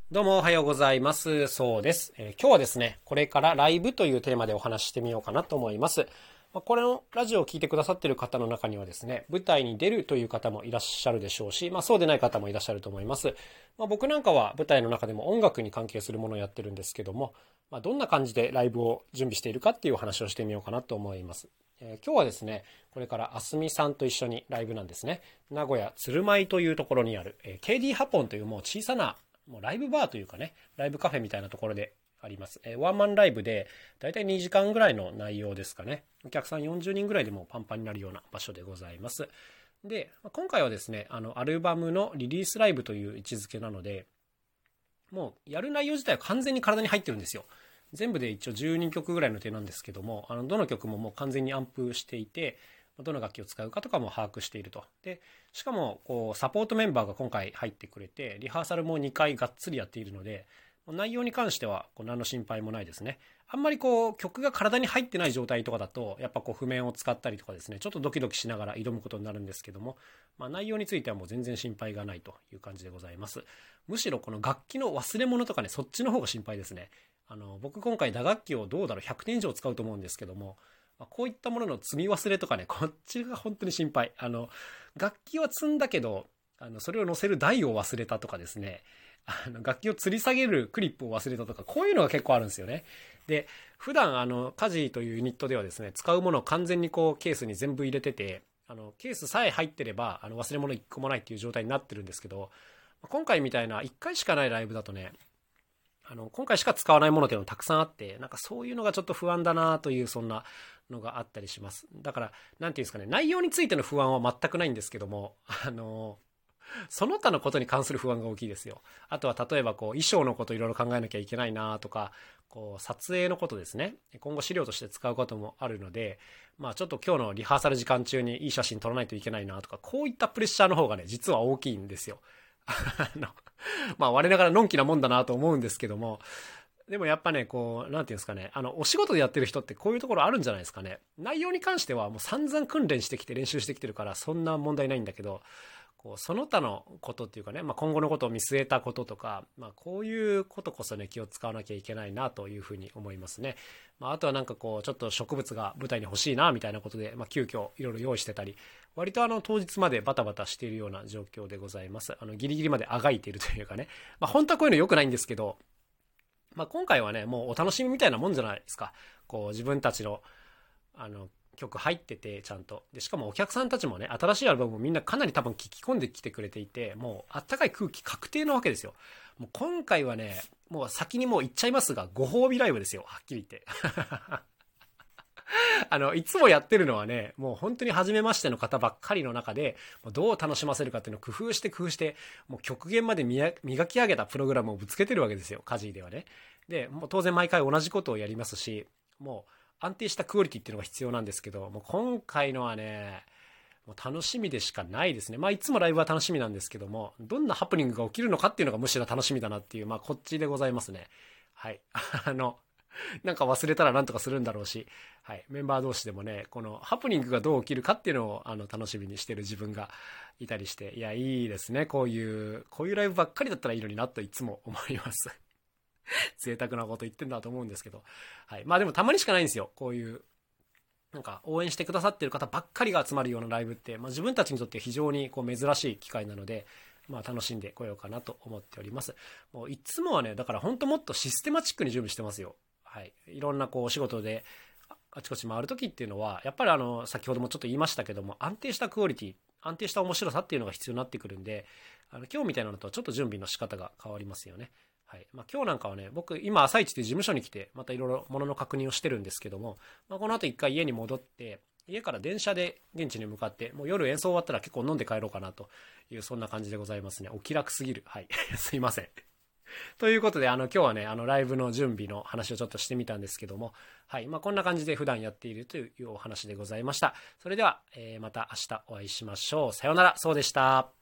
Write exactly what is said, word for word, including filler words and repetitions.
どうもおはようございます。そうです、えー今日はですね、これからライブというテーマでお話ししてみようかなと思います。まあこれのラジオを聞いてくださっている方の中にはですね、舞台に出るという方もいらっしゃるでしょうし、まあそうでない方もいらっしゃると思います。まあ、僕なんかは舞台の中でも音楽に関係するものをやってるんですけども、まあ、どんな感じでライブを準備しているかっていうお話をしてみようかなと思います。えー今日はですね、これからあすみさんと一緒にライブなんですね。名古屋鶴舞というところにある、えー ケーディー ハポンというもう小さなもうライブバーというかね、ライブカフェみたいなところであります。えーワンマンライブで、だいたいにじかんぐらいの内容ですかね。お客さんよんじゅうにんぐらいでもうパンパンになるような場所でございます。で、今回はですね、あの、アルバムのリリースライブという位置づけなので、もうやる内容自体は完全に体に入ってるんですよ。全部で一応じゅうにきょくぐらいの手なんですけども、あのどの曲ももう完全にアンプしていて、どの楽器を使うかとかも把握していると。で、しかもこうサポートメンバーが今回入ってくれて、リハーサルもにかいがっつりやっているので、内容に関してはこう何の心配もないですね。あんまりこう曲が体に入ってない状態とかだと、やっぱこう譜面を使ったりとかですね、ちょっとドキドキしながら挑むことになるんですけども、まあ、内容についてはもう全然心配がないという感じでございます。むしろこの楽器の忘れ物とかね、そっちの方が心配ですね。あの、僕今回打楽器をどうだろうひゃくてん以上使うと思うんですけども、まあこういったものの積み忘れとかね、こっちが本当に心配。あの、楽器は積んだけど、あの、それを乗せる台を忘れたとかですね、あの、楽器を吊り下げるクリップを忘れたとか、こういうのが結構あるんですよね。で、普段、あの、カジというユニットではですね、使うものを完全にこう、ケースに全部入れてて、あの、ケースさえ入ってれば、あの、忘れ物いっこもないっていう状態になってるんですけど、今回みたいないっかいしかないライブだとね、あの、今回しか使わないものっていうのもたくさんあって、なんかそういうのがちょっと不安だなという、そんなのがあったりします。だから、なんていうんですかね、内容についての不安は全くないんですけども、あの、その他のことに関する不安が大きいですよ。あとは例えばこう衣装のこといろいろ考えなきゃいけないなとか、こう撮影のことですね。今後資料として使うこともあるので、まあちょっと今日のリハーサル時間中にいい写真撮らないといけないなとか、こういったプレッシャーの方がね、実は大きいんですよ。あの、まあ我ながらのんきなもんだなと思うんですけども、でもやっぱね、こう、なんていうんですかね、あの、お仕事でやってる人ってこういうところあるんじゃないですかね。内容に関してはもう散々訓練してきて練習してきてるから、そんな問題ないんだけど、こうその他のことっていうかね、まあ、今後のことを見据えたこととか、まあ、こういうことこそね気を使わなきゃいけないなというふうに思いますね。まあ、あとはなんかこうちょっと植物が舞台に欲しいなみたいなことで、まあ、急遽いろいろ用意してたり、割とあの当日までバタバタしているような状況でございます。あのギリギリまであがいているというかね、まあ、本当はこういうの良くないんですけど、まあ、今回はねもうお楽しみみたいなもんじゃないですか。こう自分たちのあの曲入っててちゃんとで、しかもお客さんたちもね新しいアルバムもみんなかなり多分聞き込んできてくれていて、もうあったかい空気確定なわけですよ。もう今回はねもう先にもう言っちゃいますが、ご褒美ライブですよ、はっきり言ってあのいつもやってるのはね、もう本当に初めましての方ばっかりの中でもうどう楽しませるかっていうのを工夫して工夫して、もう極限まで磨き上げたプログラムをぶつけてるわけですよ、カジーではね。でもう当然毎回同じことをやりますし、もう安定したクオリティっていうのが必要なんですけど、もう今回のはね、もう楽しみでしかないですね。まあいつもライブは楽しみなんですけども、どんなハプニングが起きるのかっていうのがむしろ楽しみだなっていう、まあこっちでございますね。はい。あの、なんか忘れたらなんとかするんだろうし、はい。メンバー同士でもね、このハプニングがどう起きるかっていうのをあの楽しみにしてる自分がいたりして、いや、いいですね。こういう、こういうライブばっかりだったらいいのになといつも思います。贅沢なこと言ってんだと思うんですけど、はい。まあでもたまにしかないんですよ。こういうなんか応援してくださってる方ばっかりが集まるようなライブって、まあ、自分たちにとって非常にこう珍しい機会なので、まあ、楽しんでこようかなと思っております。もういつもはね、だから本当もっとシステマチックに準備してますよ。はい。いろんなこうお仕事であちこち回るときっていうのは、やっぱりあの、先ほどもちょっと言いましたけども、安定したクオリティ、安定した面白さっていうのが必要になってくるんで、あの今日みたいなのとはちょっと準備の仕方が変わりますよね。はい。まあ、今日なんかはね、僕、今、朝一で事務所に来て、またいろいろ物の確認をしてるんですけども、まあ、この後一回家に戻って、家から電車で現地に向かって、もう夜演奏終わったら結構飲んで帰ろうかなという、そんな感じでございますね。お気楽すぎる。はい。すいません。ということで、あの、今日はね、あの、ライブの準備の話をちょっとしてみたんですけども、はい。まあ、こんな感じで普段やっているというお話でございました。それでは、えーまた明日お会いしましょう。さようなら。そうでした。